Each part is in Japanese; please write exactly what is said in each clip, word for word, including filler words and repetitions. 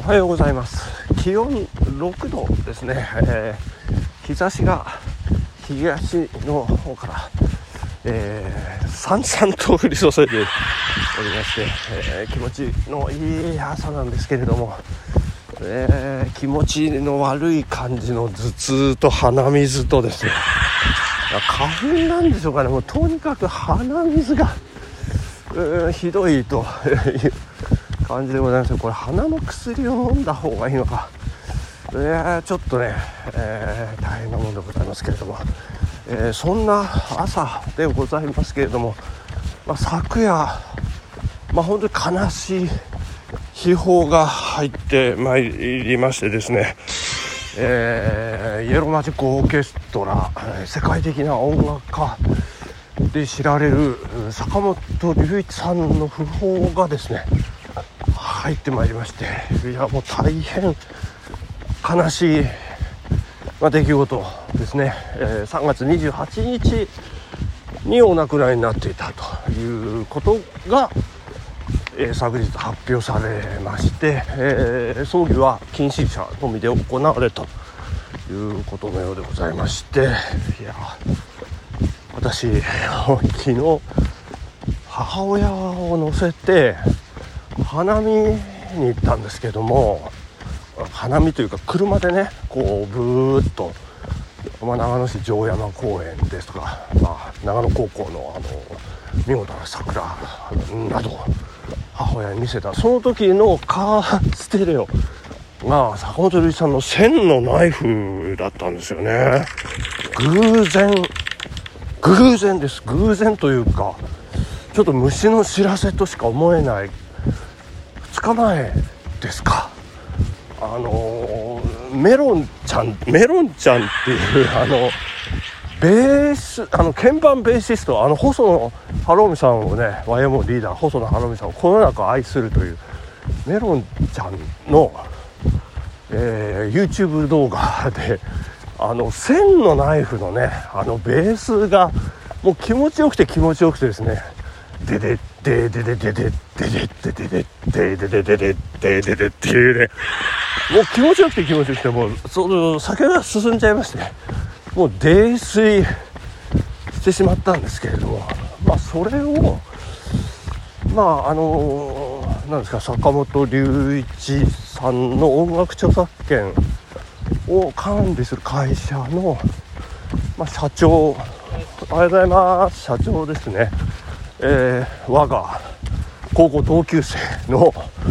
はようございます。気温ろくどですね、えー、日差しが東の方から、えー、さんさんと降り注いでおりまして、えー、気持ちのいい朝なんですけれども、えー、気持ちの悪い感じの頭痛と鼻水とですね、花粉なんでしょうかね。もうとにかく鼻水がひどいという感じでございます。これ鼻の薬を飲んだ方がいいのか、えー、ちょっとね、えー、大変なものでございますけれども、えー、そんな朝でございますけれども、まあ、昨夜、まあ、本当に悲しい悲報が入ってまいりましてですね、えー、イエローマジックオーケストラ、世界的な音楽家で知られる坂本龍一さんの訃報がですね入ってまいりまして、いやもう大変悲しい、まあ、出来事ですね。えー、さんがつにじゅうはちにちにお亡くなりになっていたということが、えー、昨日発表されまして、えー、葬儀は近親者のみで行われたということのようでございまして、いや私昨日母親を乗せて花見に行ったんですけども、花見というか車でねこうブーっと、まあ、長野市城山公園ですとか、まあ、長野高校のあの見事な桜など母親に見せたその時のカーステレオが坂本龍一さんの千のナイフだったんですよね。偶然偶然です偶然というかちょっと虫の知らせとしか思えない。ふつかまえですか、あのー、メロンちゃんメロンちゃんっていうあのベースあの鍵盤ベーシスト、あの細野晴臣さんをね ワイエムオー リーダー細野晴臣さんをこの中愛するというメロンちゃんの、えー、YouTube 動画であの千のナイフのねあのベースがもう気持ちよくて気持ちよくてですね、でででででででででででででででででででっていうね、もう気持ちよくて気持ちよくてもうその酒が進んじゃいまして、もう泥酔してしまったんですけれども、まあそれをまああのなんですか坂本龍一さんの音楽著作権を管理する会社の、まあ、社長、おはようございます、社長ですね、えー、我が高校同級生の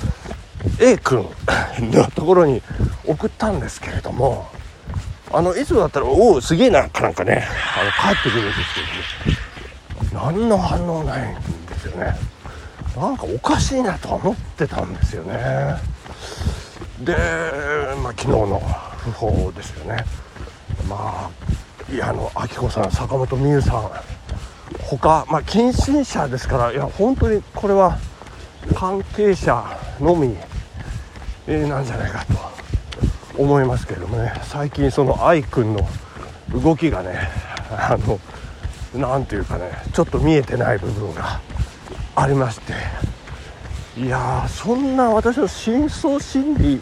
A 君のところに送ったんですけれども、あのいつもだったらおおすげえなかなんかねあの帰ってくるんですけどね、何の反応ないんですよね。なんかおかしいなと思ってたんですよね。で、まあ、昨日の訃報ですよね。まあいやあの明子さん坂本美優さん他、まあ、近親者ですから、いや本当にこれは関係者のみ、えー、なんじゃないかと思いますけれどもね。最近その愛くんの動きがねあのなんていうかねちょっと見えてない部分がありまして、いやそんな私の深層心理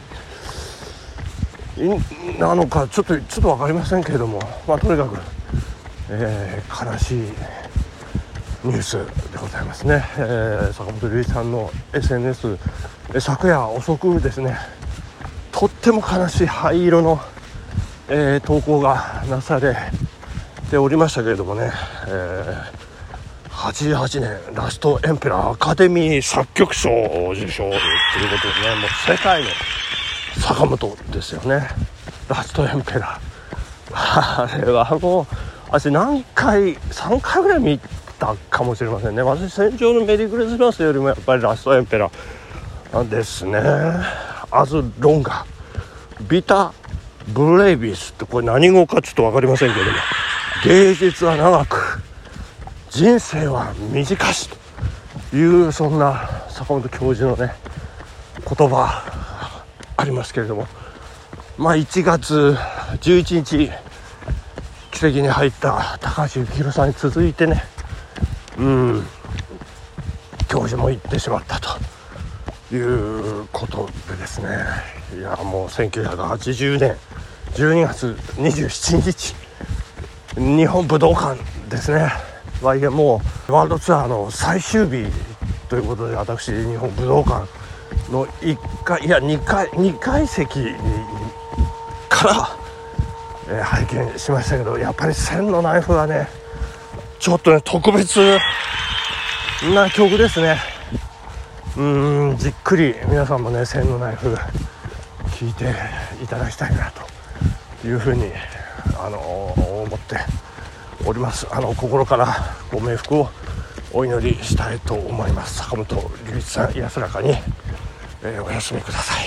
なのかちょっとちょっと分かりませんけれども、まあとにかく、えー、悲しいニュースでございますね。えー、坂本龍一さんの エスエヌエス 昨夜遅くですね、とっても悲しい灰色の、えー、投稿がなされておりましたけれどもね、えー、はちじゅうはちねんラストエンペラーアカデミー作曲賞を受賞ということでね、もう世界の坂本ですよね。ラストエンペラーあれはもう私何回さんかいぐらい見たかもしれませんね。私戦場のメリークリスマスよりもやっぱりラストエンペラーですね。アズロンガビタブレイビスってこれ何語かちょっと分かりませんけども、芸術は長く人生は短しというそんな坂本教授のね言葉ありますけれども、まあいちがつじゅういちにち奇跡に入った高橋幸宏さんに続いてね、うん教授も行ってしまったということでですね、いやもうせんきゅうひゃくはちじゅうねんじゅうにがつにじゅうしちにち、日本武道館ですね。もうワールドツアーの最終日ということで、私日本武道館のいっかいいやにかいにかい席から、えー、拝見しましたけど、やっぱり千のナイフはねちょっとね特別な曲ですね。うーんじっくり皆さんもね千のナイフ聴いていただきたいなというふうにあの思っております。あの心からご冥福をお祈りしたいと思います。坂本龍一さん安らかに、えー、お休みください。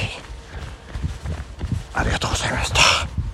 ありがとうございました。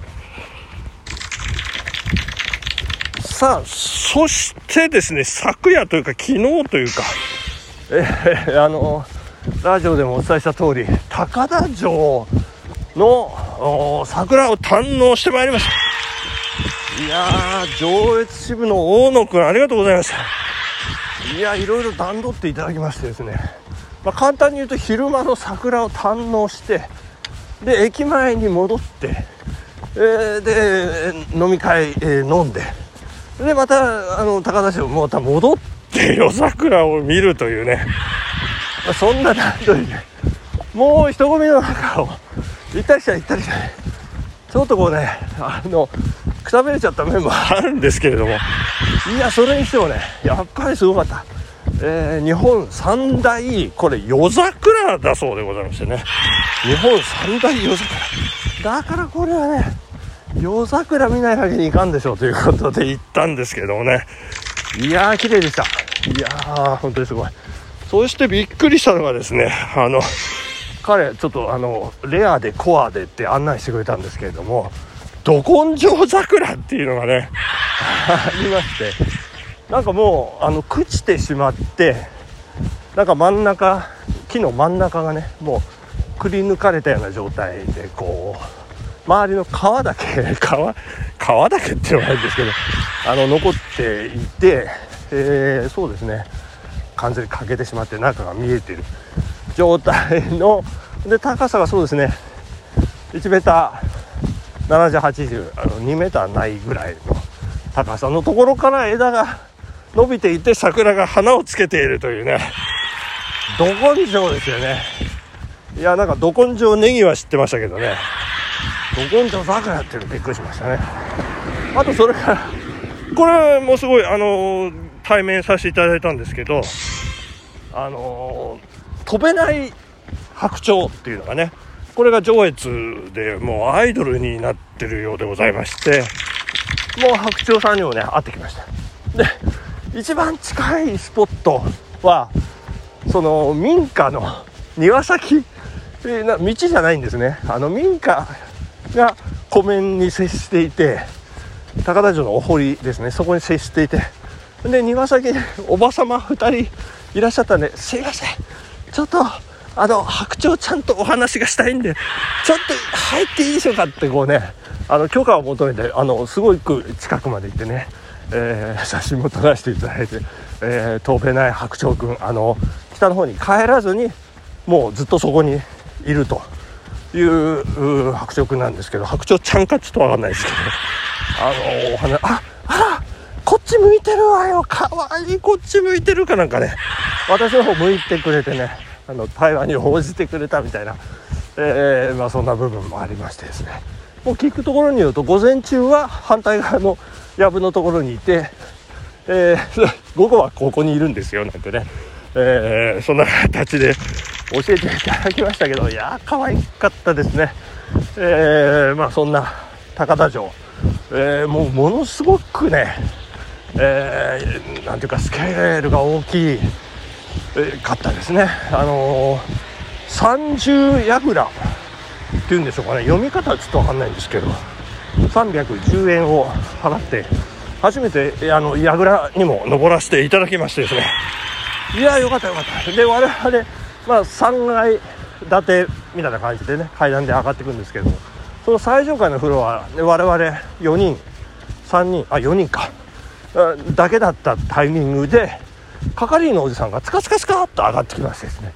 さあそしてですね、昨夜というか昨日というか、えー、あのラジオでもお伝えした通り、高田城の桜を堪能してまいりました。いやー上越支部の大野くんありがとうございました。いやいろいろ段取っていただきましてですね、まあ、簡単に言うと昼間の桜を堪能して、で駅前に戻って、えー、で飲み会、えー、飲んで、でまたあの高田城また戻って夜桜を見るというね、まあ、そんな段取りでもう人混みの中を行ったりしたり行ったりしたり、ちょっとこうねあのくたびれちゃった面もあるんですけれども、いやそれにしてもねやっぱりすごかった。えー、日本三大これ夜桜だそうでございましてね、日本三大夜桜だからこれはね夜桜見ないわけにいかんでしょうということで行ったんですけれどもね、いやー綺麗でした。いやー本当にすごい。そしてびっくりしたのがですね、あの彼ちょっとあのレアでコアでって案内してくれたんですけれども、ど根性桜っていうのがねありまして、なんかもうあの朽ちてしまって、なんか真ん中木の真ん中がねもうくり抜かれたような状態で、こう周りの皮だけ皮皮だけっていうのがないんですけど、あの残っていて、えー、そうですね完全に欠けてしまって中が見えている状態ので、高さがそうですねいちメーターななじゅうはちじゅう、あのにメーターないぐらいの高さのところから枝が伸びていて、桜が花をつけているというね、ど根性ですよね。いやなんかど根性ネギは知ってましたけどね、ど根性桜っていうのびっくりしましたね。あとそれからこれもすごいあの対面させていただいたんですけど、あの飛べない白鳥っていうのがね、これが上越でもうアイドルになってるようでございまして、もう白鳥さんにもね会ってきました。で一番近いスポットはその民家の庭先、えー、な道じゃないんですね。あの民家が湖面に接していて、高田城のお堀ですね、そこに接していて、で庭先におばさまふたりいらっしゃったんで、すいませんちょっとあの白鳥ちゃんとお話がしたいんでちょっと入っていいでしょうかってこうね、あの許可を求めて、あのすごく近くまで行ってね、えー、写真も撮らせていただいて、えー、飛べない白鳥くん、あの北の方に帰らずにもうずっとそこにいるという白鳥くんなんですけど、白鳥ちゃんかちょっと分かんないですけど、あのお花ああらこっち向いてるわよ、かわいい、こっち向いてるかなんかね、私の方向いてくれてね、あの対話に応じてくれたみたいな、えーまあ、そんな部分もありましてですね、もう聞くところによると午前中は反対側の藪のところにいて、えー、午後はここにいるんですよなんてね、えー、そんな形で教えていただきましたけど、いやー可愛かったですね。えー、まあそんな高田城、えー、もうものすごくね、えー、なんていうかスケールが大きい、えー、かったですね。あのー、三十櫓っていうんでしょうかね、読み方はちょっと分かんないんですけど、さんびゃくじゅうえんを払って初めてあの櫓にも登らせていただきましてですね、いやよかったよかった。で我々、まあ、さんがい建てみたいな感じでね階段で上がっていくんですけども、その最上階のフロアで我々よにんさんにんあよにんかだけだったタイミングで係員のおじさんがツカツカツカっと上がってきましてですね、あ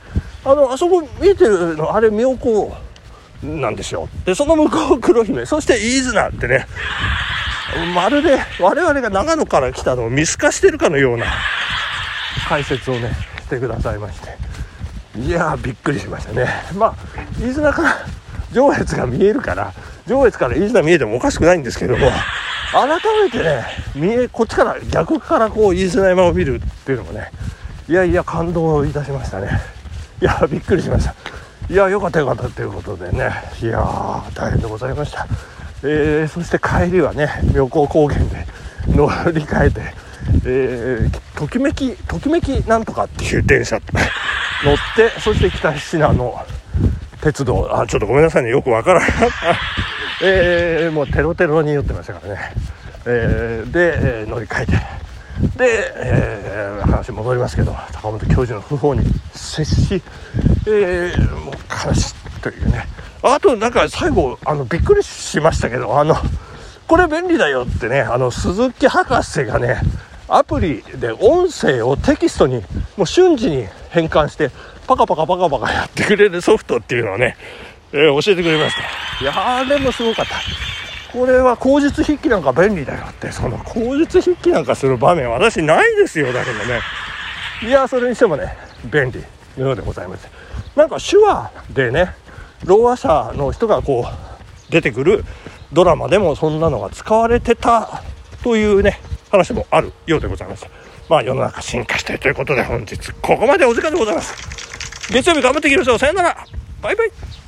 あのあそこ見えてるのあれ妙高なんですよ。でその向こう黒姫、そして飯綱ってね、まるで我々が長野から来たのを見透かしてるかのような解説をねしてくださいまして、いやーびっくりしましたね。まあ飯綱から上越が見えるから、上越から飯綱見えてもおかしくないんですけども、改めてね見えこっちから逆からこう飯綱山を見るっていうのもね、いやいや感動いたしましたね。いやびっくりしました。いやよかったよかったということでね、いやー大変でございました。えー、そして帰りはね妙高高原で乗り換えて、えー、ときめきときめきなんとかっていう電車乗って、そして北信濃鉄道、あちょっとごめんなさいねよくわからないえー、もうテロテロに酔ってましたからね、えー、で、えー、乗り換えてで、えー、話戻りますけど、高本教授の訃報に接し、えー、もう悲しいというね。あとなんか最後あのびっくりしましたけど、あのこれ便利だよってね、あの鈴木博士がねアプリで音声をテキストにもう瞬時に変換してパカパカパカパカやってくれるソフトっていうのをね、えー、教えてくれました。いやあれもすごかった。これは口述筆記なんか便利だよって、その口述筆記なんかする場面私ないですよ。だけどね、いやそれにしてもね便利なのでございます。なんか手話でねろう話者の人がこう出てくるドラマでもそんなのが使われてたというね話もあるようでございます。まあ世の中進化しているということで、本日ここまでお時間でございます。月曜日頑張っていきましょう。さよなら、バイバイ。